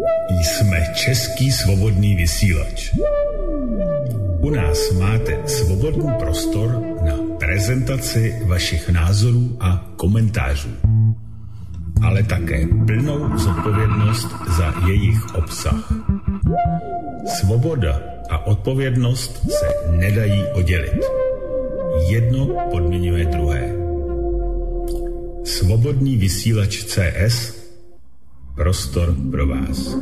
Jsme český svobodný vysílač. U nás máte svobodný prostor na prezentaci vašich názorů a komentářů, ale také plnou zodpovědnost za jejich obsah. Svoboda a odpovědnost se nedají oddělit. Jedno podmiňuje druhé. Svobodný vysílač CS, prostor pro vás.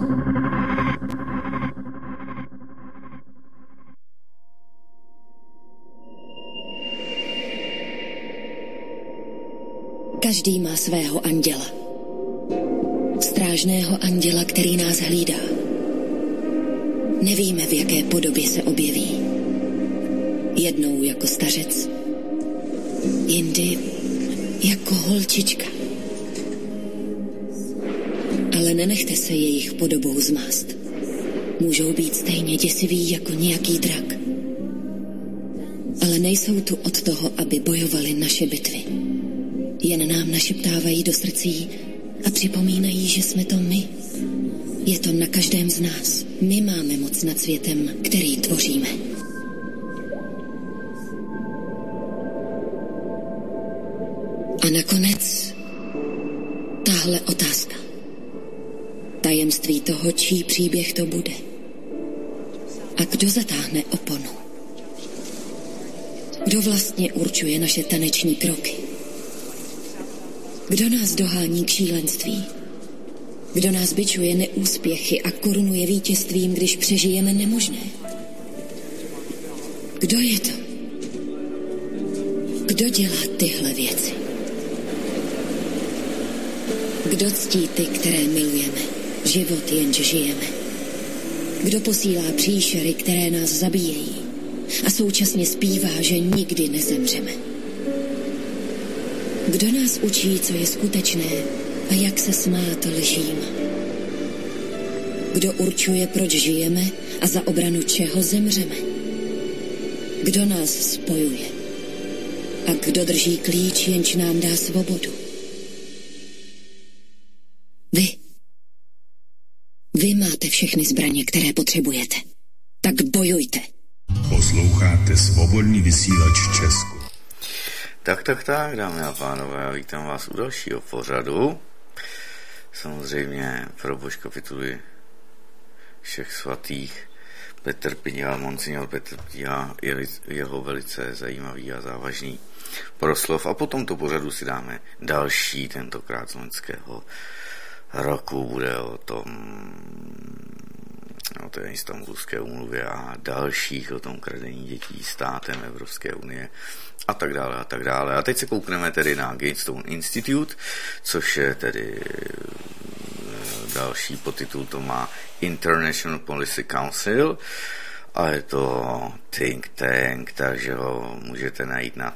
Každý má svého anděla. Strážného anděla, který nás hlídá. Nevíme, v jaké podobě se objeví. Jednou jako stařec, jindy jako holčička. Ale nenechte se jejich podobou zmást. Můžou být stejně děsiví jako nějaký drak. Ale nejsou tu od toho, aby bojovali naše bitvy. Jen nám našeptávají do srdcí a připomínají, že jsme to my. Je to na každém z nás. My máme moc nad světem, který tvoříme. A nakonec tahle otázka. Tajemství toho, čí příběh to bude. A kdo zatáhne oponu? Kdo vlastně určuje naše taneční kroky? Kdo nás dohání k šílenství? Kdo nás bičuje neúspěchy a korunuje vítězstvím, když přežijeme nemožné? Kdo je to? Kdo dělá tyhle věci? Kdo ctí ty, které milujeme? Život jenž žijeme. Kdo posílá příšery, které nás zabíjejí a současně zpívá, že nikdy nezemřeme? Kdo nás učí, co je skutečné a jak se smát lžím? Kdo určuje, proč žijeme a za obranu čeho zemřeme? Kdo nás spojuje? A kdo drží klíč, jenž nám dá svobodu? Vy máte všechny zbraně, které potřebujete. Tak bojujte. Posloucháte svobodný vysílač Česku. Tak, dámy a pánové, vítám vás u dalšího pořadu. Samozřejmě pro bož kapituly všech svatých monsignor Petr Píha, jeho velice zajímavý a závažný proslov. A po tomto pořadu si dáme další, tentokrát z loňského roku, bude o té Istanbulské úmluvě a dalších, o tom kradení dětí státem Evropské unie a tak dále. A teď se koukneme tedy na Gatestone Institute, což je tedy další podtitul, to má International Policy Council a je to think tank, takže ho můžete najít na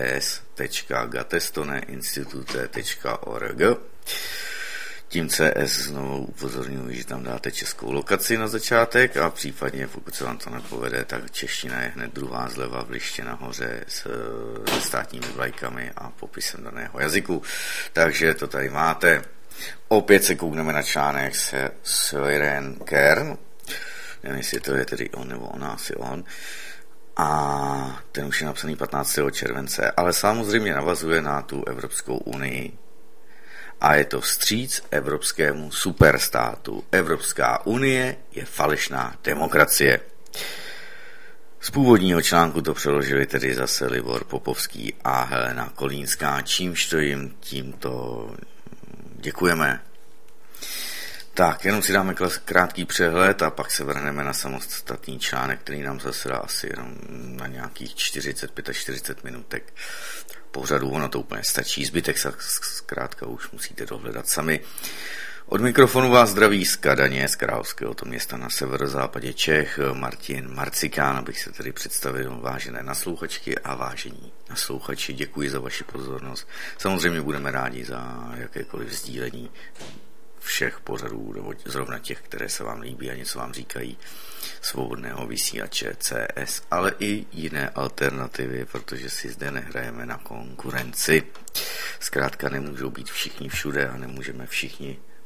cs.gatestoneinstitute.org. Tím CS znovu upozorňuji, že tam dáte českou lokaci na začátek a případně, pokud se vám to nepovede, tak čeština je hned druhá zleva v liště nahoře se státními vlajkami a popisem daného jazyku. Takže to tady máte. Opět se koukneme na článek se Søren Kern. Nevím, jestli to je tedy on nebo ona, asi on. A ten už je napsaný 15. července, ale samozřejmě navazuje na tu Evropskou unii. A je to vstříc evropskému superstátu. Evropská unie je falešná demokracie. Z původního článku to přeložili tedy zase Libor Popovský a Helena Kolínská, čímž to jim tímto děkujeme. Tak, jenom si dáme krátký přehled a pak se vrhneme na samostatný článek, který nám zase dá asi jenom na nějakých 45 minutek pořadu, ono to úplně stačí, zbytek se zkrátka už musíte dohledat sami. Od mikrofonu vás zdraví z Kadaně, z královského to města na severozápadě Čech, Martin Marcikán, abych se tedy představil, vážené naslouchačky a vážení naslouchači, děkuji za vaši pozornost. Samozřejmě budeme rádi za jakékoliv sdílení všech pořadů, nebo zrovna těch, které se vám líbí a něco vám říkají, svobodného vysílače CS, ale i jiné alternativy, protože si zde nehrajeme na konkurenci. Zkrátka nemůžou být všichni všude a nemůžeme všichni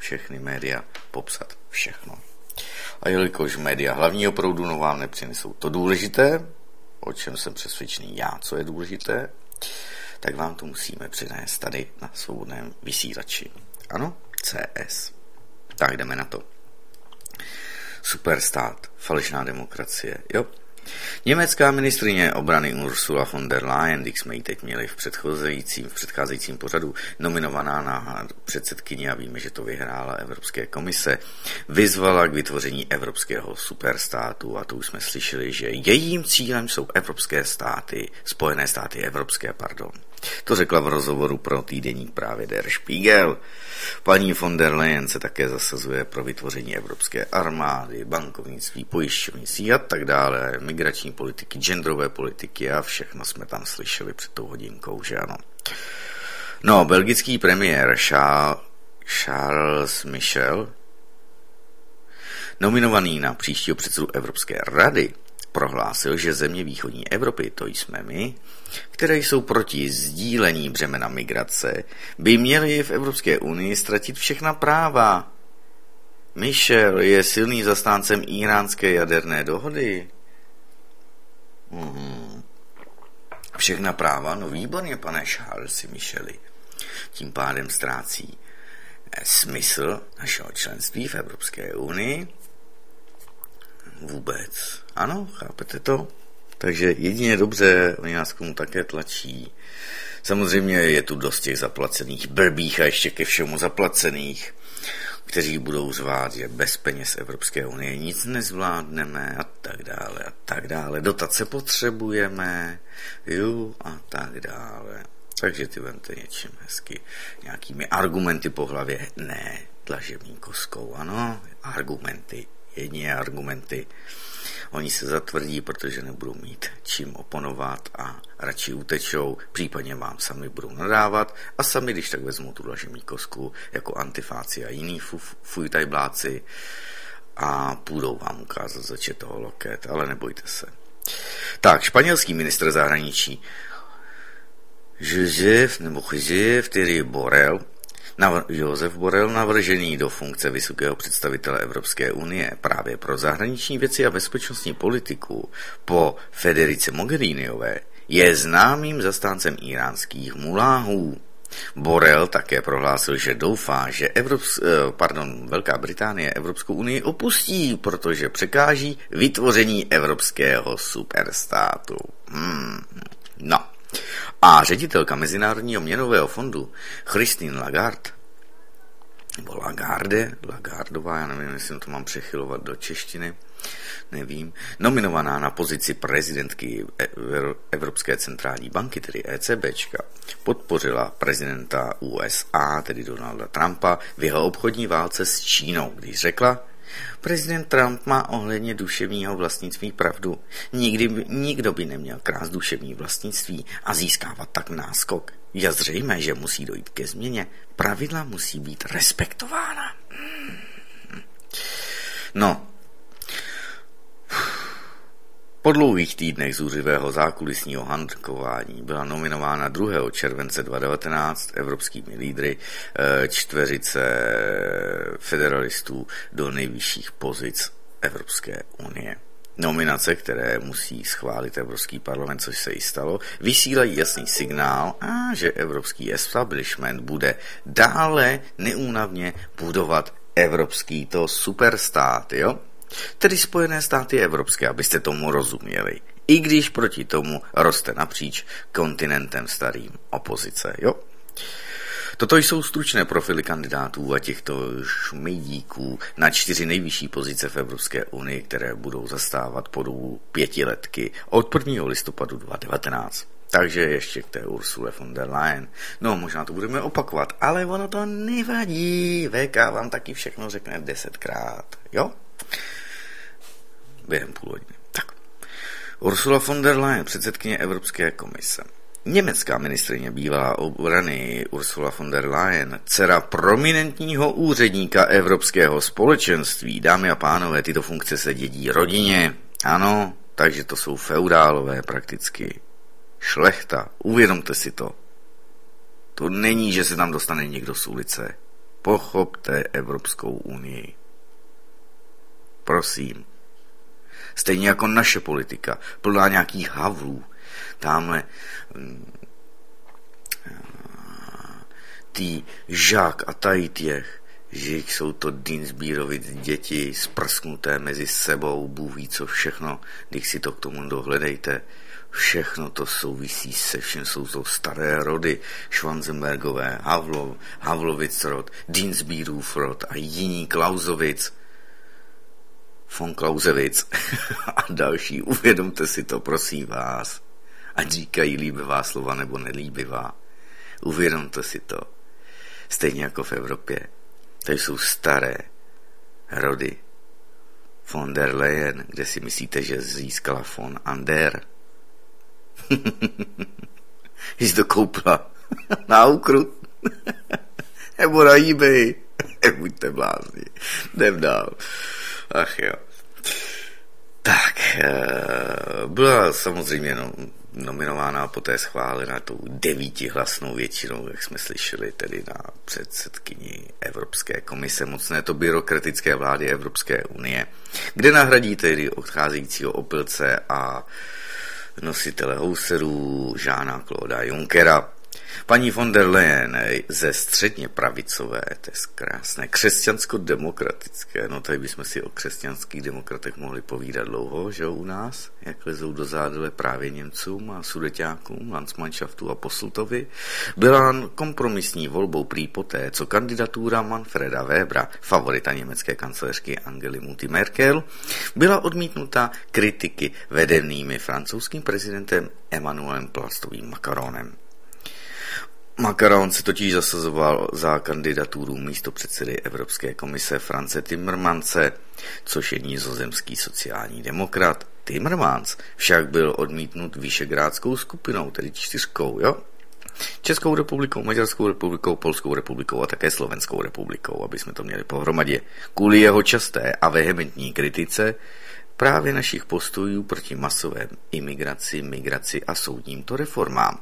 všechny média popsat všechno. A jelikož média hlavního proudu no vám nepřinesou to důležité, o čem jsem přesvědčený já, co je důležité, tak vám to musíme přinést tady na svobodném vysílači. Ano, CS. Tak jdeme na to. Superstát, falešná demokracie, jo. Německá ministryně obrany Ursula von der Leyen, když jsme ji teď měli v předcházejícím pořadu, nominovaná na předsedkyni a víme, že to vyhrála Evropské komise, vyzvala k vytvoření evropského superstátu a to už jsme slyšeli, že jejím cílem jsou Spojené státy evropské. To řekla v rozhovoru pro týdeník právě Der Spiegel. Paní von der Leyen se také zasazuje pro vytvoření evropské armády, bankovnictví, pojišťovnictví a tak dále, migrační politiky, genderové politiky a všechno jsme tam slyšeli před tou hodinkou, že ano. No, belgický premiér Charles Michel, nominovaný na příštího předsedu Evropské rady, prohlásil, že země východní Evropy, to jsme my, které jsou proti sdílení břemena migrace, by měly v Evropské unii ztratit všechna práva. Michel je silným zastáncem iránské jaderné dohody. Všechna práva? No výborně, pane Charlesi Micheli. Tím pádem ztrácí smysl našeho členství v Evropské unii. Vůbec. Ano, chápete to? Takže jedině dobře, oni nás k tomu také tlačí. Samozřejmě je tu dost těch zaplacených blbých a ještě ke všemu zaplacených, kteří budou řvát, že bez peněz Evropské unie nic nezvládneme a tak dále. Dotace potřebujeme, jo, a tak dále. Takže ty vemte něčím hezky, nějakými argumenty po hlavě, ne dlažební koskou, ano, argumenty. Jedině argumenty. Oni se zatvrdí, protože nebudou mít čím oponovat a radši utečou, případně vám sami budou nadávat a sami, když tak vezmou tu dlažební kosku jako antifáci a jiný fujtajbláci a půjdou vám ukázat zač toho loket, ale nebojte se. Tak, španělský ministr zahraničí Josep Borrell, navržený do funkce vysokého představitele Evropské unie právě pro zahraniční věci a bezpečnostní politiku po Federice Mogheriniové, je známým zastáncem iránských muláhů. Borrell také prohlásil, že doufá, že Velká Británie Evropskou unii opustí, protože překáží vytvoření evropského superstátu. No. A ředitelka Mezinárodního měnového fondu Christine Lagarde, nebo Lagardová, já nevím, jestli to mám přechylovat do češtiny, nevím, nominovaná na pozici prezidentky Evropské centrální banky, tedy ECBčka, podpořila prezidenta USA, tedy Donalda Trumpa, v jeho obchodní válce s Čínou, když řekla: prezident Trump má ohledně duševního vlastnictví pravdu. Nikdo by neměl krást duševní vlastnictví a získávat tak náskok. Je zřejmé, že musí dojít ke změně. Pravidla musí být respektována. No. Po dlouhých týdnech zuřivého zákulisního handkování byla nominována 2. července 2019 evropskými lídry čtveřice federalistů do nejvyšších pozic Evropské unie. Nominace, které musí schválit Evropský parlament, což se i stalo, vysílají jasný signál, že evropský establishment bude dále neúnavně budovat evropský superstát, jo? Tedy Spojené státy evropské, abyste tomu rozuměli. I když proti tomu roste napříč kontinentem starým opozice, jo? Toto jsou stručné profily kandidátů a těchto šmejdíků na 4 nejvyšší pozice v Evropské unii, které budou zastávat po dobu 5 let od 1. listopadu 2019. Takže ještě k té Ursule von der Leyen. No, možná to budeme opakovat, ale ono to nevadí. VK vám taky všechno řekne 10krát, jo? Během půl hodiny. Tak. Ursula von der Leyen, předsedkyně Evropské komise. Německá ministryně bývalá obrany Ursula von der Leyen, dcera prominentního úředníka Evropského společenství. Dámy a pánové, tyto funkce se dědí rodině. Ano, takže to jsou feudálové prakticky. Šlechta, uvědomte si to. To není, že se tam dostane někdo z ulice. Pochopte Evropskou unii. Prosím. Stejně jako naše politika, plná nějakých havlů. Tamhle ty Žák a těch, že jsou to Dinsbírovic děti sprsknuté mezi sebou, Bůh ví co všechno, když si to k tomu dohledejte. Všechno to souvisí se všem, jsou to staré rody, Schwanzenbergové, Havlovic rod, Dinsbírův rod a jiní Klausovic, von Clausewitz a další. Uvědomte si to, prosím vás. Ať říkají líbivá slova nebo nelíbivá. Uvědomte si to. Stejně jako v Evropě. To jsou staré rody. Von der Leyen, kde si myslíte, že získala von Ander? Jsi to koupila na Ukru nebo na eBay. Nebuďte blázni. Jdem dál. Ach jo. Tak, byla samozřejmě nominována a poté schválena tou 9hlasnou většinou, jak jsme slyšeli, tedy na předsedkyni Evropské komise, mocné to byrokratické vlády Evropské unie, kde nahradí tedy odcházejícího opilce a nositele houserů Žána Clauda Junckera. Paní von der Leyen ze středně pravicové, to je krásné, křesťansko-demokratické, no tady bychom si o křesťanských demokratech mohli povídat dlouho, že u nás, jak lezou do zádele právě Němcům a Sudeťákům, Landsmannschaftu a Posseltovi, byla kompromisní volbou prý poté, co kandidatura Manfreda Webera, favorita německé kancléřky Angely Mutti Merkel, byla odmítnuta kritiky vedenými francouzským prezidentem Emmanuelem Plastovým Macronem. Macron se totiž zasazoval za kandidaturu místopředsedy Evropské komise France Timmermanse, což je nizozemský sociální demokrat. Timmermans však byl odmítnut Visegrádskou skupinou, tedy 4, jo? Českou republikou, Maďarskou republikou, Polskou republikou a také Slovenskou republikou, aby jsme to měli pohromadě. Kvůli jeho časté a vehementní kritice právě našich postojů proti masové imigraci, migraci a soudnímto reformám.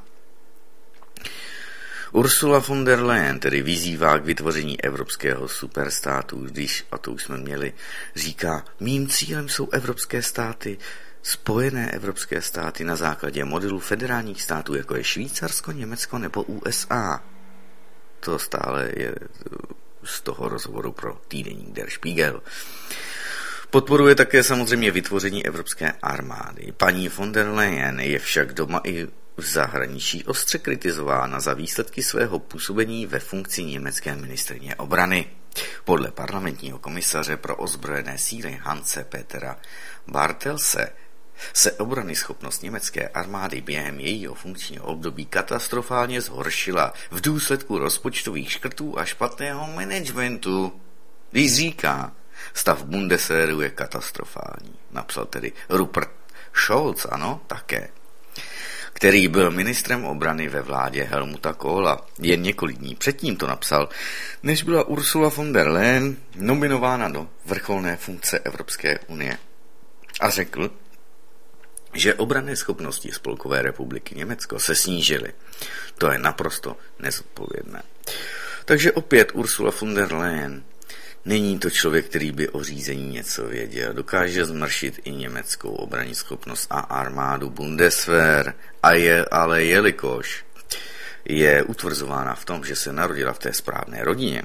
Ursula von der Leyen tedy vyzývá k vytvoření evropského superstátu, když, a to už jsme měli, říká, mým cílem jsou evropské státy, spojené evropské státy na základě modelu federálních států, jako je Švýcarsko, Německo nebo USA. To stále je z toho rozhovoru pro týdeník Der Spiegel. Podporuje také samozřejmě vytvoření evropské armády. Paní von der Leyen je však doma i v zahraničí ostře kritizována za výsledky svého působení ve funkci německé ministryně obrany. Podle parlamentního komisaře pro ozbrojené síly Hanse Petera Bartelse se obranyschopnost německé armády během jejího funkčního období katastrofálně zhoršila v důsledku rozpočtových škrtů a špatného managementu. Když říká, stav Bundeswehru je katastrofální, napsal tedy Rupert Scholz, ano, také, který byl ministrem obrany ve vládě Helmuta Kohla. Jen několik dní předtím to napsal, než byla Ursula von der Leyen nominována do vrcholné funkce Evropské unie. A řekl, že obranné schopnosti Spolkové republiky Německo se snížily. To je naprosto nezodpovědné. Takže opět Ursula von der Leyen není to člověk, který by o řízení něco věděl. Dokáže zmršit i německou obranní schopnost a armádu Bundeswehr, ale jelikož je utvrzována v tom, že se narodila v té správné rodině,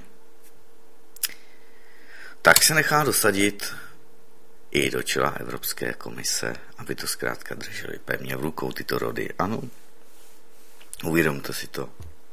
tak se nechá dosadit i do čela Evropské komise, aby to zkrátka drželi pevně v rukou tyto rody. Ano, uvědomte si to.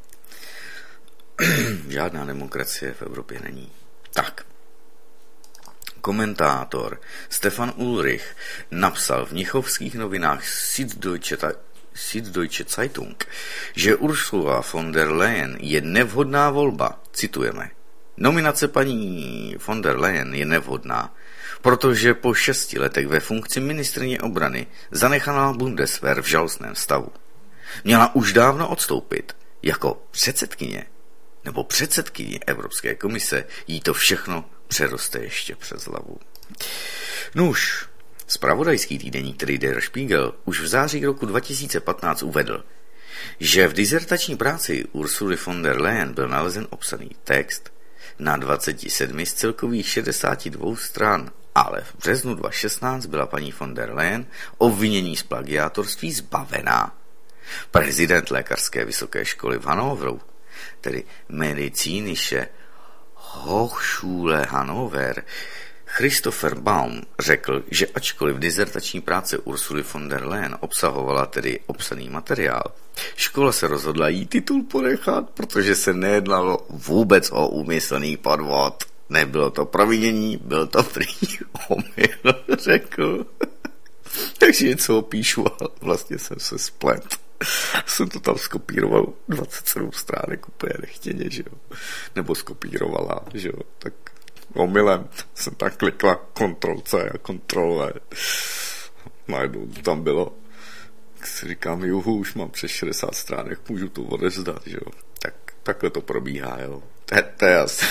Žádná demokracie v Evropě není. Tak, komentátor Stefan Ulrich napsal v mnichovských novinách Süddeutsche Zeitung, že Ursula von der Leyen je nevhodná volba. Citujeme. Nominace paní von der Leyen je nevhodná, protože po 6 letech ve funkci ministryně obrany zanechala Bundeswehr v žalostném stavu. Měla už dávno odstoupit jako předsedkyně nebo předsedkyni Evropské komise, jí to všechno přeroste ještě přes hlavu. Nuž, zpravodajský týdeník, který Der Spiegel, už v září roku 2015 uvedl, že v dizertační práci Ursuly von der Leyen byl nalezen obsaný text, na 27 z celkových 62 stran. Ale v březnu 2016 byla paní von der Leyen obvinění z plagiátorství zbavená. Prezident lékařské vysoké školy v Hannoveru, tedy Medizinische Hochschule Hannover, Christopher Baum řekl, že ačkoliv dizertační práce Ursuly von der Leyen obsahovala tedy obsaný materiál, škola se rozhodla jí titul ponechat, protože se nejednalo vůbec o úmyslný podvod. Nebylo to provinění, byl to prý omyl, řekl. Takže něco opíšu a vlastně jsem se splet. Jsem to tam skopíroval 27 stránek úplně nechtěně, že jo. Nebo skopírovala, že jo. Tak omylem jsem tam klikla Ctrl+C a Ctrl+V. Najednou tam bylo. Tak si říkám, juhu, už mám přes 60 stránek, můžu to odevzdat, že jo. Tak takhle to probíhá, jo. To je asi.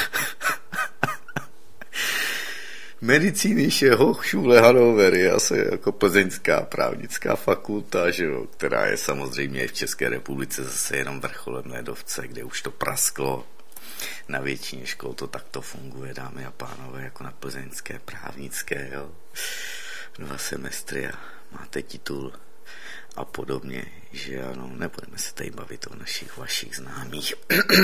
Medizinische Hochschule Hannover je asi jako plzeňská právnická fakulta, že jo, která je samozřejmě v České republice zase jenom vrcholem ledovce, kde už to prasklo. Na většině škol to takto funguje, dámy a pánové, jako na plzeňské právnické, jo. 2 semestry a máte titul a podobně, že ano, nebudeme se tady bavit o našich vašich známých.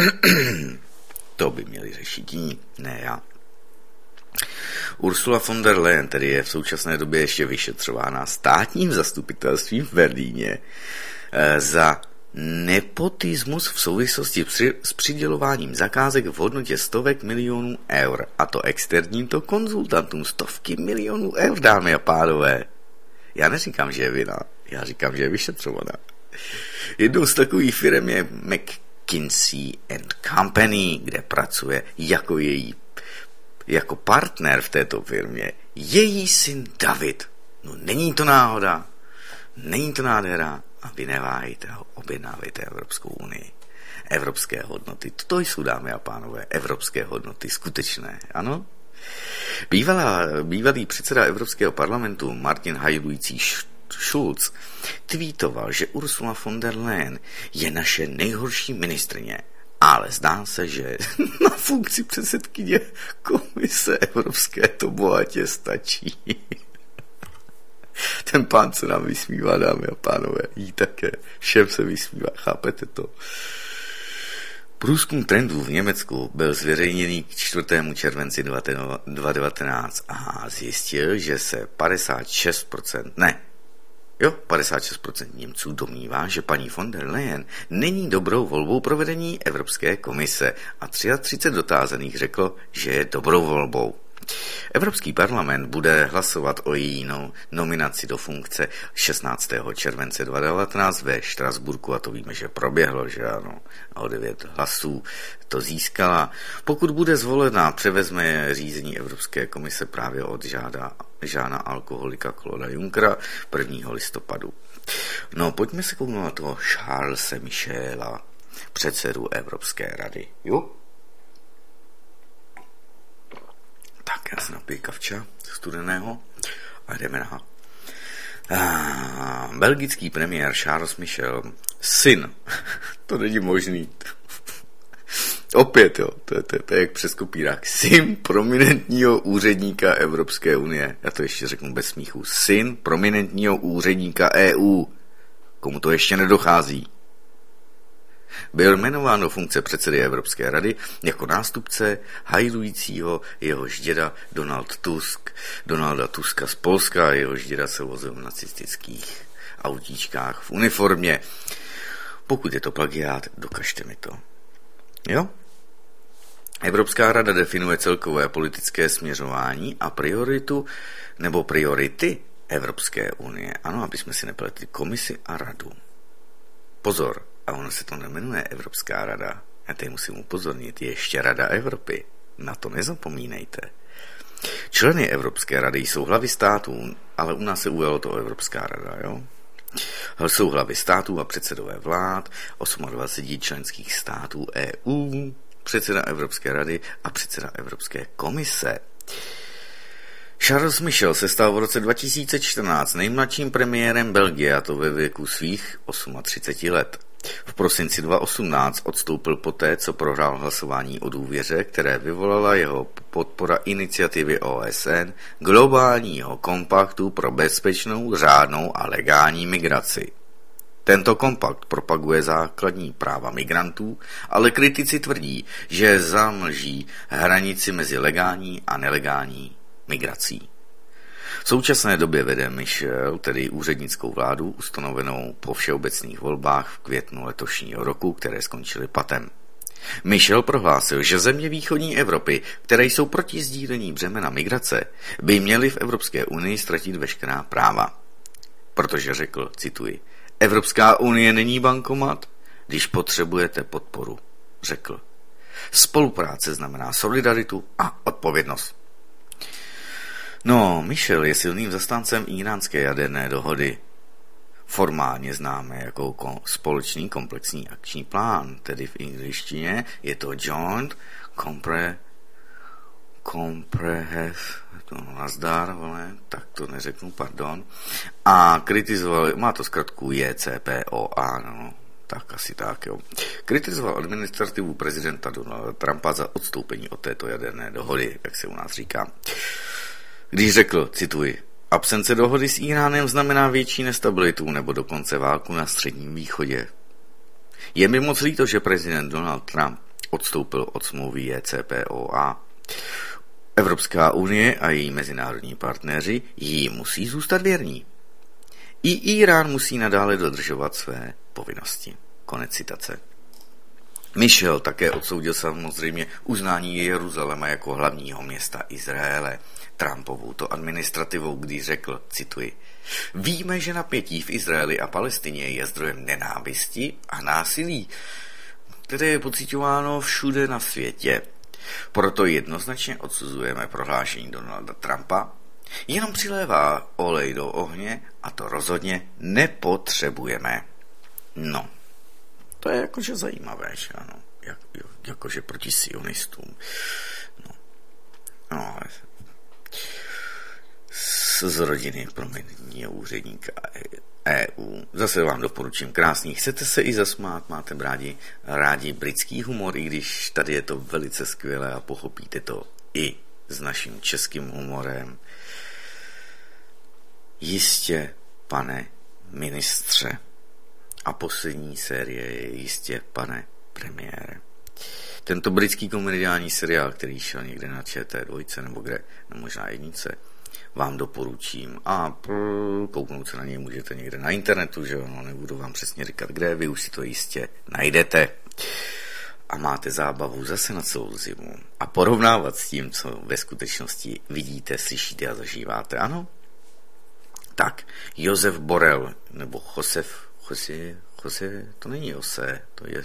To by měli řešit jiní, ne já. Ursula von der Leyen tedy je v současné době ještě vyšetřována státním zastupitelstvím v Berlíně za nepotismus v souvislosti s přidělováním zakázek v hodnotě stovek milionů eur, a to externímto konzultantům stovky milionů eur, dámy a pánové. Já neříkám, že je vina, já říkám, že je vyšetřovaná. Jednou z takových firm je McKinsey & Company, kde pracuje jako partner v této firmě její syn David. No není to náhoda, není to nádhera a vy neváhejte ho, objednávejte Evropskou unii. Evropské hodnoty, to jsou, dámy a pánové, evropské hodnoty, skutečné, ano? Bývalý předseda Evropského parlamentu Martin hajlující Schulz tweetoval, že Ursula von der Leyen je naše nejhorší ministryně, ale zdá se, že na funkci předsedkyně Komise Evropské to bohatě stačí. Ten pán se nám vysmívá, dámy a pánové, jí také, všem se vysmívá, chápete to? Průzkum trendů v Německu byl zveřejněný k 4. červenci 2019 a zjistil, že se 56% Němců domnívá, že paní von der Leyen není dobrou volbou pro vedení Evropské komise a 33 dotázaných řeklo, že je dobrou volbou. Evropský parlament bude hlasovat o její nominaci do funkce 16. července 2019 ve Štrasburku a to víme, že proběhlo, že ano, o 9 hlasů to získala. Pokud bude zvolena, převezme řízení Evropské komise právě od Žána alkoholika Clauda Junckera 1. listopadu. No, pojďme se kouknout na toho Charlese Michela, předsedu Evropské rady. Jo? Tak, já si napiju kavča studeného a jdeme na. Belgický premiér Charles Michel, syn, to není možný. Opět, jo, to je jak přes kopírák. Syn prominentního úředníka Evropské unie. Já to ještě řeknu bez smíchu. Syn prominentního úředníka EU. Komu to ještě nedochází? Byl jmenován do funkce předsedy Evropské rady jako nástupce hajlujícího jehož děda Donalda Tuska z Polska, jehož děda se vozil v nacistických autíčkách v uniformě. Pokud je to plagiát, dokažte mi to. Jo? Evropská rada definuje celkové politické směřování a priority Evropské unie. Ano, aby jsme si nepletli komisi a radu. Pozor, a ono se to nemenuje Evropská rada. Já tady musím upozornit, je ještě Rada Evropy. Na to nezapomínejte. Členy Evropské rady jsou hlavy států, ale u nás se ujalo to Evropská rada, jo? Jsou hlavy států a předsedové vlád, 28 členských států EU, předseda Evropské rady a předseda Evropské komise. Charles Michel se stal v roce 2014 nejmladším premiérem Belgie, a to ve věku svých 38 let. V prosinci 2018 odstoupil poté, co prohrál hlasování o důvěře, které vyvolala jeho podpora iniciativy OSN Globálního kompaktu pro bezpečnou, řádnou a legální migraci. Tento kompakt propaguje základní práva migrantů, ale kritici tvrdí, že zamlží hranici mezi legální a nelegální migrací. V současné době vede Michel, tedy úřednickou vládu, ustanovenou po všeobecných volbách v květnu letošního roku, které skončily patem. Michel prohlásil, že země východní Evropy, které jsou proti sdílení břemena migrace, by měly v Evropské unii ztratit veškerá práva. Protože řekl, cituji, Evropská unie není bankomat, když potřebujete podporu, řekl. Spolupráce znamená solidaritu a odpovědnost. No, Michel je silným zastáncem íránské jaderné dohody. Formálně známe jako společný komplexní akční plán, tedy v angličtině je to Joint tak to neřeknu, pardon. A kritizoval, má to zkratku JCPOA, no, tak asi tak, jo. Kritizoval administrativu prezidenta Donalda Trumpa za odstoupení od této jaderné dohody, jak se u nás říká. Když řekl, cituji, absence dohody s Íránem znamená větší nestabilitu nebo dokonce válku na Středním východě. Je mi moc líto, že prezident Donald Trump odstoupil od smlouvy JCPOA. Evropská unie a její mezinárodní partneři jí musí zůstat věrní. I Írán musí nadále dodržovat své povinnosti. Konec citace. Michel také odsoudil samozřejmě uznání Jeruzaléma jako hlavního města Izraele Trumpovou to administrativou, když řekl, cituji, víme, že napětí v Izraeli a Palestině je zdrojem nenávisti a násilí, které je pociťováno všude na světě. Proto jednoznačně odsuzujeme prohlášení Donalda Trumpa, jenom přilévá olej do ohně a to rozhodně nepotřebujeme. No, to je jakože zajímavé, že ano, jakože proti sionistům. No, z rodiny prominentního úředníka EU. Zase vám doporučím krásný. Chcete se i zasmát, máte rádi britský humor, i když tady je to velice skvělé a pochopíte to i s naším českým humorem. Jistě, pane ministře. A poslední série je Jistě, pane premiére. Tento britský komediální seriál, který šel někde na ČT2 nebo kde, no možná jednice, vám doporučím a kouknout se na něj můžete někde na internetu, že ono, nebudu vám přesně říkat kde, vy už si to jistě najdete a máte zábavu zase na celou zimu a porovnávat s tím, co ve skutečnosti vidíte, slyšíte a zažíváte, ano? Tak, Josef Borrell, nebo Jose, to není Jose, to je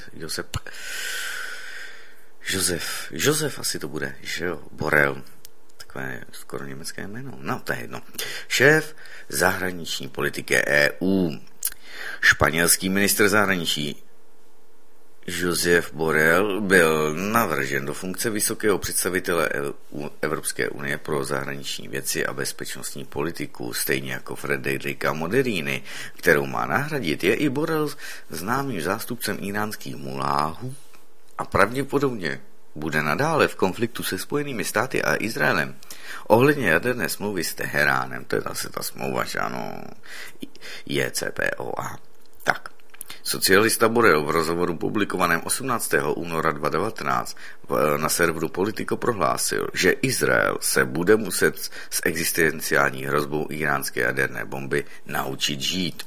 Josef asi to bude, že jo, Borrell, takové skoro německé jméno, no to je jedno. Šéf zahraniční politiky EU, španělský ministr zahraničí Josep Borrell byl navržen do funkce vysokého představitele Evropské unie pro zahraniční věci a bezpečnostní politiku, stejně jako Federica Mogherini, kterou má nahradit, je i Borrell známým zástupcem íránských muláhů a pravděpodobně bude nadále v konfliktu se Spojenými státy a Izraelem. Ohledně jaderné smlouvy s Teheránem, to je zase ta smlouva, že ano, JCPOA. Tak, socialista Borrell v rozhovoru publikovaném 18. února 2019 na serveru Politico prohlásil, že Izrael se bude muset s existenciální hrozbou iránské jaderné bomby naučit žít.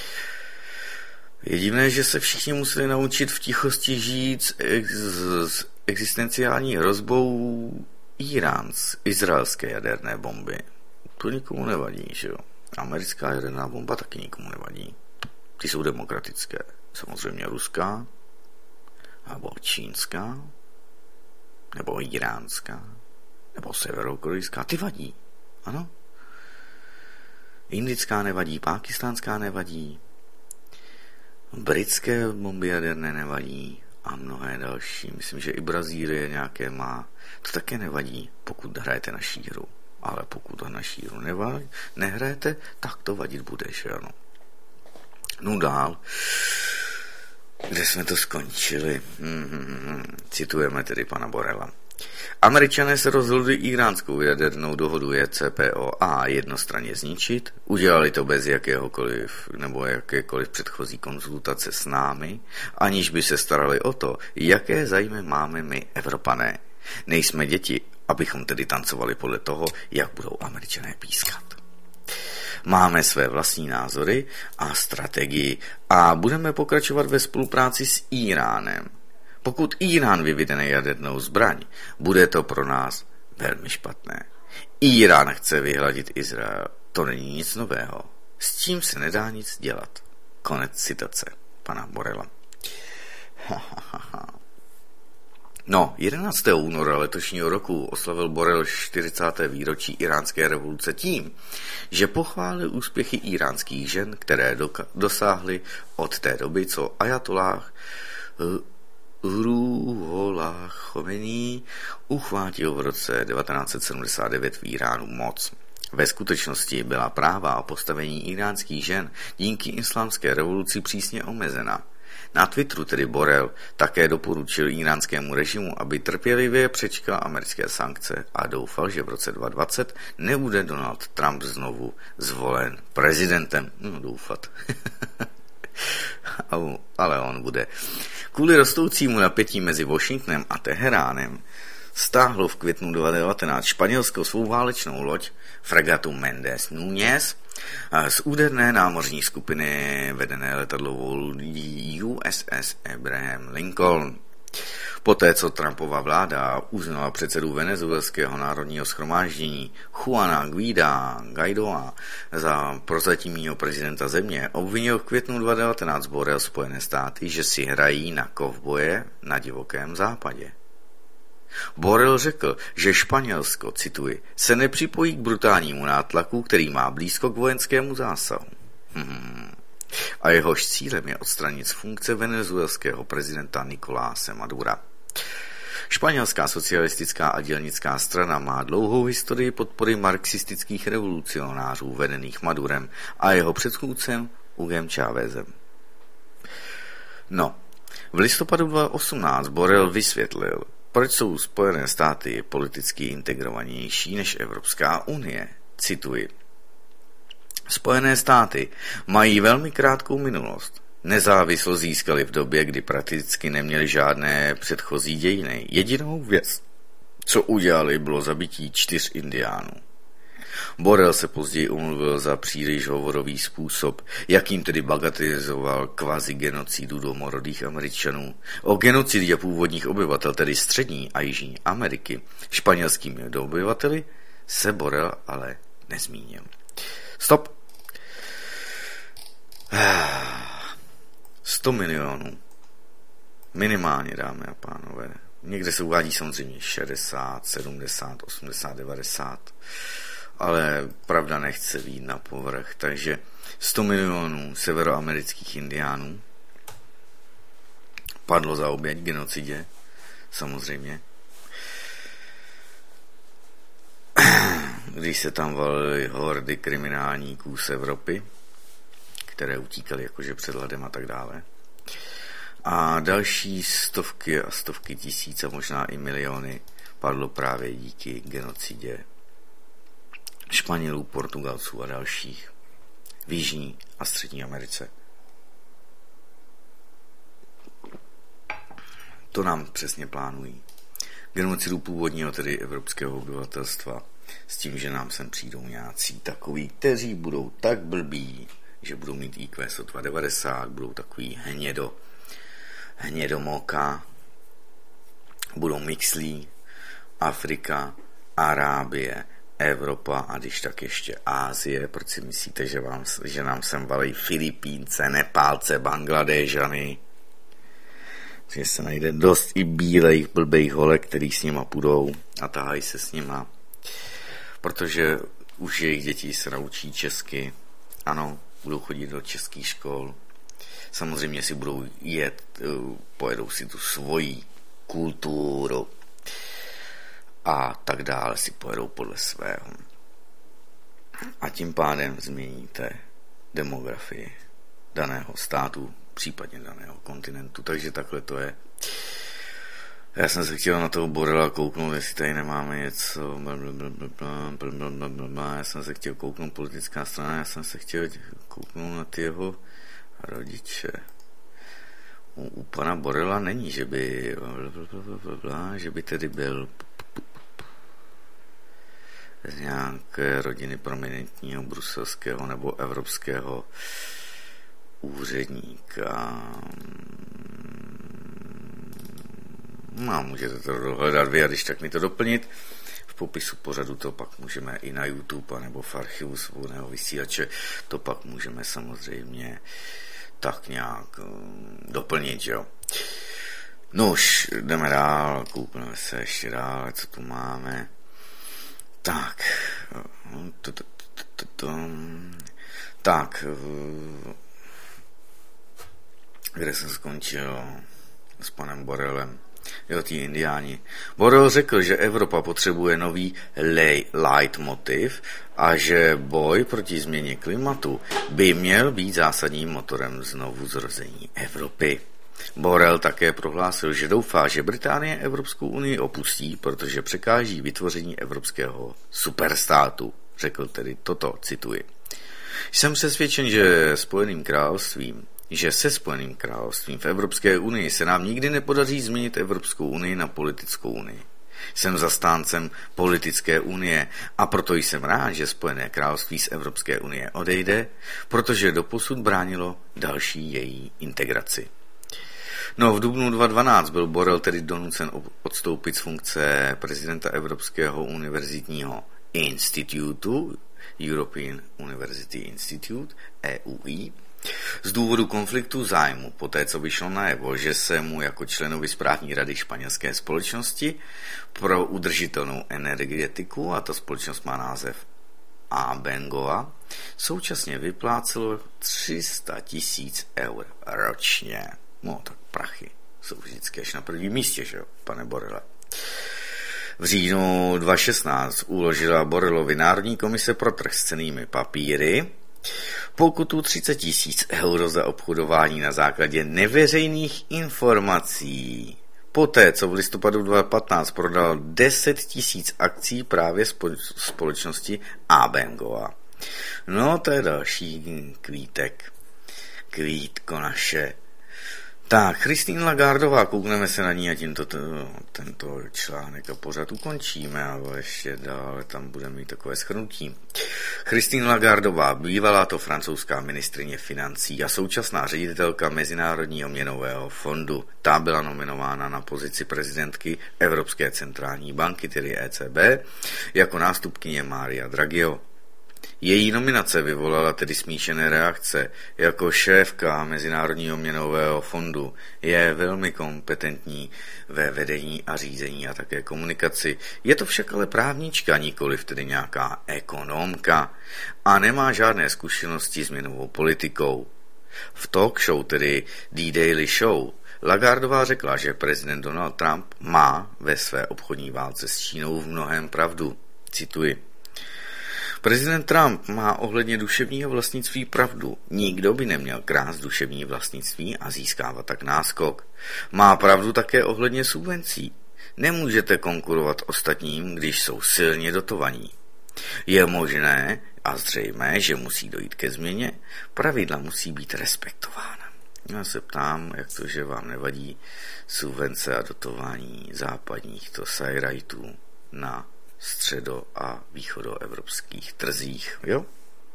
Je divné, že se všichni museli naučit v tichosti žít s existenciální hrozbou izraelské jaderné bomby. To nikomu nevadí, že jo? Americká jaderná bomba taky nikomu nevadí. Ty jsou demokratické. Samozřejmě ruská, nebo čínská, nebo iránská, nebo severokorejská. Ty vadí, ano? Indická nevadí, pákistánská nevadí, britské bomby jaderné nevadí a mnohé další. Myslím, že i Brazílie nějaké má. To také nevadí, pokud hrajete na šíru. Ale pokud na šíru nehrajete, tak to vadit bude, že ano. No dál. Kde jsme to skončili? Citujeme tedy pana Borrella. Američané se rozhodli iránskou jadernou dohodu JCPOA jednostranně zničit, udělali to bez jakékoliv předchozí konzultace s námi, aniž by se starali o to, jaké zájmy máme my, Evropané. Nejsme děti, abychom tedy tancovali podle toho, jak budou Američané pískat. Máme své vlastní názory a strategii a budeme pokračovat ve spolupráci s Íránem. Pokud Írán vyvine jadernou zbraň, bude to pro nás velmi špatné. Írán chce vyhladit Izrael. To není nic nového. S tím se nedá nic dělat. Konec citace pana Borrella. No, 11. února letošního roku oslavil Borrell 40. výročí iránské revoluce tím, že pochválil úspěchy iránských žen, které dosáhly od té doby, co ajatolláh Ruhollah Chomeini uchvátil v roce 1979 v Iránu moc. Ve skutečnosti byla práva a postavení iránských žen díky islámské revoluci přísně omezena. Na Twitteru tedy Borrell také doporučil íránskému režimu, aby trpělivě přečkal americké sankce a doufal, že v roce 2020 nebude Donald Trump znovu zvolen prezidentem. No, doufat. Ale on bude. Kvůli rostoucímu napětí mezi Washingtonem a Teheránem stáhlo v květnu 2019 Španělsko svou válečnou loď fregatu Méndez Núñez z úderné námořní skupiny vedené letadlovou lodí USS Abraham Lincoln. Poté, co Trumpova vláda uznala předsedu venezuelského národního shromáždění Juana Guaidoa za prozatímního prezidenta země, obvinil v květnu 2019 Borrell Spojené státy, že si hrají na kovboje na divokém západě. Borrell řekl, že Španělsko, cituji, se nepřipojí k brutálnímu nátlaku, který má blízko k vojenskému zásahu. A jehož cílem je odstranit z funkce venezuelského prezidenta Nicoláse Madura. Španělská socialistická a dělnická strana má dlouhou historii podpory marxistických revolucionářů vedených Madurem a jeho předchůdcem Hugem Chávezem. No, v listopadu 2018 Borrell vysvětlil, proč jsou Spojené státy politicky integrovanější než Evropská unie. Cituji. Spojené státy mají velmi krátkou minulost. Nezávislost získali v době, kdy prakticky neměli žádné předchozí dějiny. Jedinou věc, co udělali, bylo zabití 4 indiánů. Borrell se později omluvil za příliš hovorový způsob, jakým tedy bagatelizoval kvazi-genocidu domorodých Američanů. O genocidě původních obyvatel, tedy Střední a Jižní Ameriky, španělskými obyvateli, se Borrell ale nezmínil. Stop. 100 milionů. Minimálně, dámy a pánové. Někde se uvádí samozřejmě 60, 70, 80, 90. Ale pravda nechce vyjít na povrch. Takže 100 milionů severoamerických indiánů padlo za oběť genocidě. Samozřejmě. Když se tam valily hordy kriminálníků z Evropy, které utíkaly jakože před hladem a tak dále. A další stovky a stovky tisíc a možná i miliony padlo právě díky genocidě Španělů, Portugalců a dalších v Jižní a Střední Americe. To nám přesně plánují. Genocidu původního, tedy evropského obyvatelstva, s tím, že nám sem přijdou nějací takoví, kteří budou tak blbí, že budou mít IQ 190, budou takový hnědomoka, budou mixlí, Afrika, Arábie, Evropa a když tak ještě Ázie. Proč si myslíte, že nám sem valí Filipínce, Nepálce, Bangladéžany? Že se najde dost i bílejch, blbejch holek, který s nima půjdou a tahají se s nima. Protože už jejich děti se naučí česky. Ano, budou chodit do českých škol. Samozřejmě si budou pojedou si tu svoji kulturu a tak dále, si pojedou podle svého. A tím pádem změníte demografii daného státu případně daného kontinentu, takže takhle to je. Já jsem se chtěl na toho Borela kouknout, jestli tady nemáme něco, já jsem se chtěl kouknout politická strana, já jsem se chtěl kouknout na ty jeho rodiče. U pana Borela není, že by tedy byl z nějaké rodiny prominentního bruselského nebo evropského úředníka. No, můžete to dohledat vy a když tak mi to doplnit. V popisu pořadu to pak můžeme i na YouTube nebo v archivu svobodného vysílače, to pak můžeme samozřejmě tak nějak doplnit, že jo. No už jdeme dál, koukneme se ještě dál, co tu máme. Tak, kde jsem skončil s panem Borelem? Jo, ti indiáni. Borel řekl, že Evropa potřebuje nový leitmotiv a že boj proti změně klimatu by měl být zásadním motorem znovu zrození Evropy. Borel také prohlásil, že doufá, že Británie Evropskou unii opustí, protože překáží vytvoření evropského superstátu. Řekl tedy toto, cituji. Jsem přesvědčen, že se Spojeným královstvím v Evropské unii se nám nikdy nepodaří změnit Evropskou unii na politickou unii. Jsem zastáncem politické unie a proto jsem rád, že Spojené království z Evropské unie odejde, protože doposud bránilo další její integraci. No, v dubnu 2012 byl Borel tedy donucen odstoupit z funkce prezidenta Evropského univerzitního institutu, European University Institute, EUI, z důvodu konfliktu zájmu, poté co vyšlo najevo, že se mu jako členovi správní rady španělské společnosti pro udržitelnou energetiku, a ta společnost má název Abengoa, současně vyplácelo 300 000 eur ročně. No, tak prachy jsou vždycky až na prvním místě, že jo, pane Borele. V říjnu 2016 uložila Borelovi Národní komise pro trh s cennými papíry pokutu 30 000 eur za obchodování na základě neveřejných informací. Poté, co v listopadu 2015 prodal 10 000 akcí právě společnosti Abengoa. No, to je další kvítek. Kvítko naše. Tak, Christine Lagardová, koukneme se na ní a tento článek a pořád ukončíme, ale ještě dále tam budeme mít takové shrnutí. Christine Lagardová, bývalá to francouzská ministryně financí a současná ředitelka Mezinárodního měnového fondu. Ta byla nominována na pozici prezidentky Evropské centrální banky, tedy ECB, jako nástupkyně Maria Draghiho. Její nominace vyvolala tedy smíšené reakce. Jako šéfka Mezinárodního měnového fondu je velmi kompetentní ve vedení a řízení a také komunikaci. Je to však ale právnička, nikoliv tedy nějaká ekonomka a nemá žádné zkušenosti s měnovou politikou. V talk show, tedy The Daily Show, Lagardová řekla, že prezident Donald Trump má ve své obchodní válce s Čínou v mnohém pravdu. Cituji. Prezident Trump má ohledně duševního vlastnictví pravdu. Nikdo by neměl krást duševní vlastnictví a získávat tak náskok. Má pravdu také ohledně subvencí. Nemůžete konkurovat ostatním, když jsou silně dotovaní. Je možné a zřejmé, že musí dojít ke změně. Pravidla musí být respektována. Já se ptám, jak to, že vám nevadí subvence a dotování západních sajrajtů na středo- a východoevropských trzích, jo?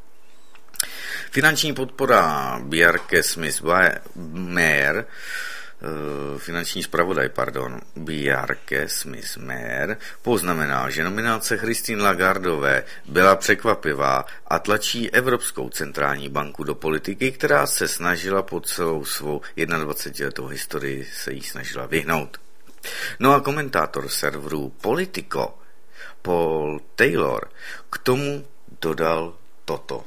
Finanční podpora Bjarke Smith-Mayer, finanční zpravodaj, Bjarke Smith-Mayer poznamenal, že nominace Christine Lagardové byla překvapivá a tlačí Evropskou centrální banku do politiky, která se snažila po celou svou 21letou historii se jí snažila vyhnout. No a komentátor serveru Politico Paul Taylor k tomu dodal toto.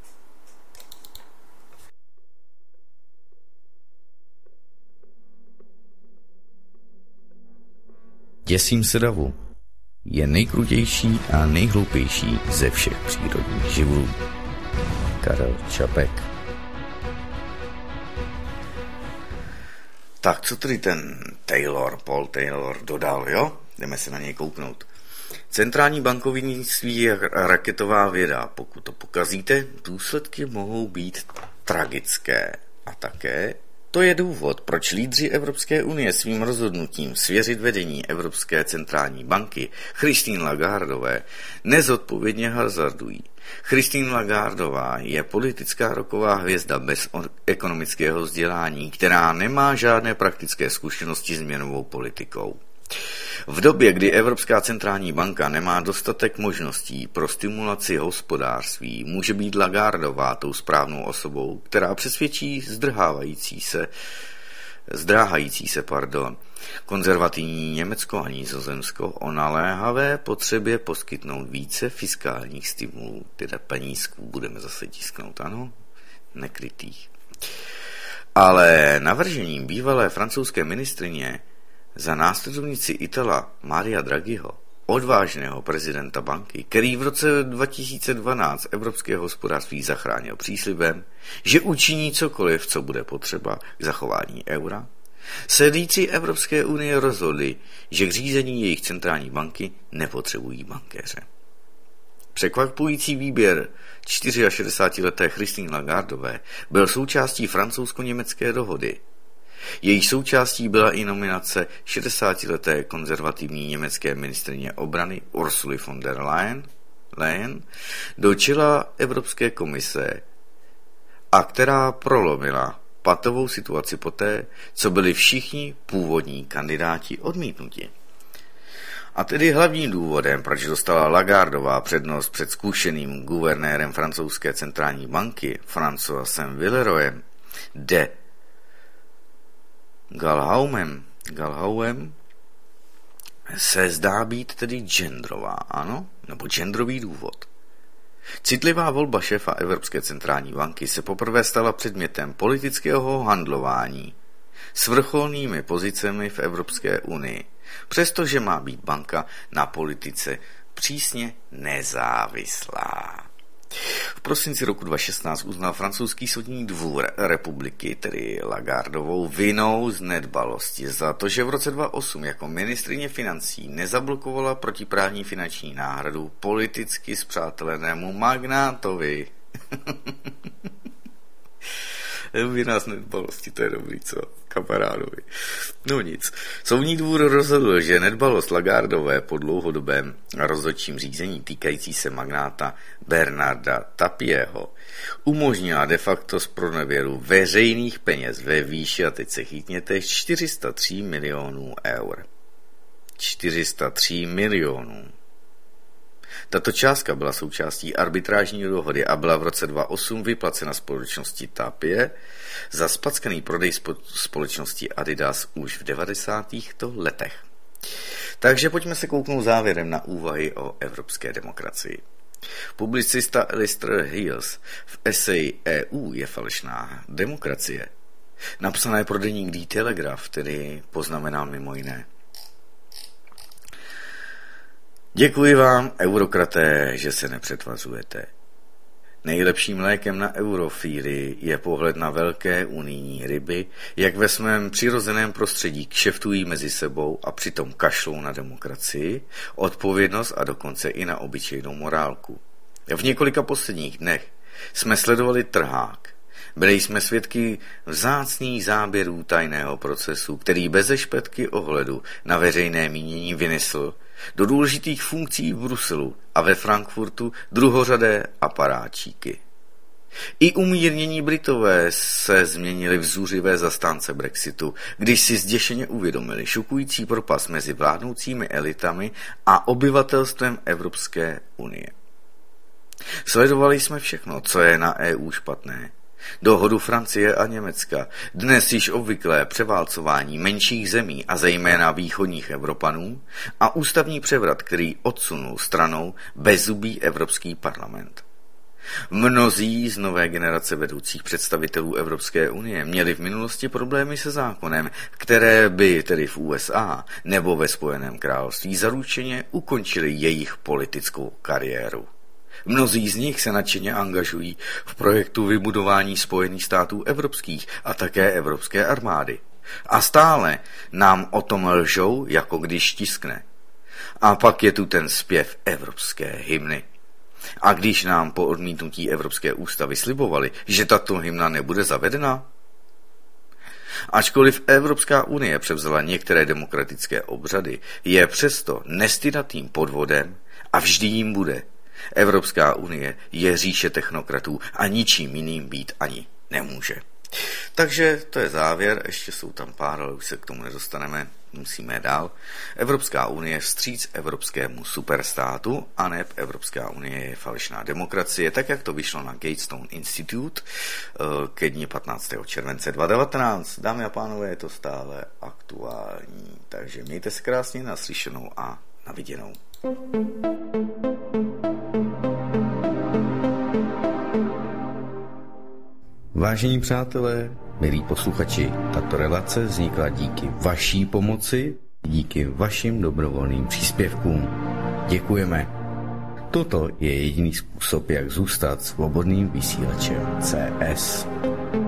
Děsím se davu. Je nejkrutější a nejhloupější ze všech přírodních živlů. Karel Čapek. Tak, co tedy ten Paul Taylor dodal, jo? Jdeme se na něj kouknout. Centrální bankovnictví je raketová věda. Pokud to pokazíte, důsledky mohou být tragické. A také to je důvod, proč lídři Evropské unie svým rozhodnutím svěřit vedení Evropské centrální banky Christine Lagardové nezodpovědně hazardují. Christine Lagardová je politická roková hvězda bez ekonomického vzdělání, která nemá žádné praktické zkušenosti s měnovou politikou. V době, kdy Evropská centrální banka nemá dostatek možností pro stimulaci hospodářství, může být Lagardová tou správnou osobou, která přesvědčí zdráhající se konzervativní Německo a Nizozemsko o naléhavé potřebě poskytnout více fiskálních stimulů, teda penízků budeme zase tisknout, ano, nekrytých. Ale navržením bývalé francouzské ministryně za následovnici Itala Maria Draghiho, odvážného prezidenta banky, který v roce 2012 evropské hospodářství zachránil příslibem, že učiní cokoliv, co bude potřeba k zachování eura, se lídři Evropské unie rozhodli, že k řízení jejich centrální banky nepotřebují bankéře. Překvapující výběr 64leté Christine Lagardové byl součástí francouzsko-německé dohody. Její součástí byla i nominace 60leté konzervativní německé ministryně obrany Ursuly von der Leyen do čela Evropské komise, a která prolomila patovou situaci poté, co byli všichni původní kandidáti odmítnuti. A tedy hlavním důvodem, proč dostala Lagardová přednost před zkušeným guvernérem francouzské centrální banky Françoisem Villeroyem de Galhauem, se zdá být tedy genderová, ano, nebo genderový důvod. Citlivá volba šéfa Evropské centrální banky se poprvé stala předmětem politického handlování s vrcholnými pozicemi v Evropské unii, přestože má být banka na politice přísně nezávislá. V prosinci roku 2016 uznal francouzský soudní dvůr republiky, tedy Lagardovou, vinou z nedbalosti za to, že v roce 2008 jako ministryně financí nezablokovala protiprávní finanční náhradu politicky spřátelenému magnátovi. Vina z nedbalosti, to je dobrý, co? Kamarádovi. No nic. Soudní dvůr rozhodl, že nedbalost Lagardové po dlouhodobém rozhodčím řízení týkající se magnáta Bernarda Tapieho umožnila de facto zpronevěru veřejných peněz ve výši, a teď se chytněte, 403 milionů eur. 403 milionů. Tato částka byla součástí arbitrážní dohody a byla v roce 2008 vyplacena společnosti Tapie za spackaný prodej společnosti Adidas už v 90. letech. Takže pojďme se kouknout závěrem na úvahy o evropské demokracii. Publicista Alistair Hills v eseji EU je falešná demokracie, napsané pro deník The Telegraph, tedy poznamenal mimo jiné: děkuji vám, eurokraté, že se nepřetvařujete. Nejlepším lékem na eurofíly je pohled na velké unijní ryby, jak ve svém přirozeném prostředí kšeftují mezi sebou a přitom kašlou na demokracii, odpovědnost a dokonce i na obyčejnou morálku. V několika posledních dnech jsme sledovali trhák. Byli jsme svědky vzácných záběrů tajného procesu, který beze špetky ohledu na veřejné mínění vynesl do důležitých funkcí v Bruselu a ve Frankfurtu druhořadé aparáčíky. I umírnění Britové se změnili v zuřivé zastánce Brexitu, když si zděšeně uvědomili šokující propast mezi vládnoucími elitami a obyvatelstvem Evropské unie. Sledovali jsme všechno, co je na EU špatné. Dohodu Francie a Německa, dnes již obvyklé převálcování menších zemí a zejména východních Evropanů a ústavní převrat, který odsunul stranou bezzubý Evropský parlament. Mnozí z nové generace vedoucích představitelů Evropské unie měli v minulosti problémy se zákonem, které by tedy v USA nebo ve Spojeném království zaručeně ukončily jejich politickou kariéru. Mnozí z nich se nadšeně angažují v projektu vybudování Spojených států evropských a také evropské armády. A stále nám o tom lžou, jako když tiskne. A pak je tu ten zpěv evropské hymny. A když nám po odmítnutí Evropské ústavy slibovali, že tato hymna nebude zavedena? Ačkoliv Evropská unie převzala některé demokratické obřady, je přesto nestydatým podvodem a vždy jim bude. Evropská unie je říše technokratů a ničím jiným být ani nemůže. Takže to je závěr, ještě jsou tam pár, ale už se k tomu nedostaneme, musíme dál. Evropská unie vstříc evropskému superstátu, aneb Evropská unie je falešná demokracie, tak jak to vyšlo na Gatestone Institute ke dni 15. července 2019. Dámy a pánové, je to stále aktuální, takže mějte se krásně, naslyšenou a na viděnou. Vážení přátelé, milí posluchači, tato relace vznikla díky vaší pomoci, díky vašim dobrovolným příspěvkům. Děkujeme. Toto je jediný způsob, jak zůstat svobodným vysílačem CS.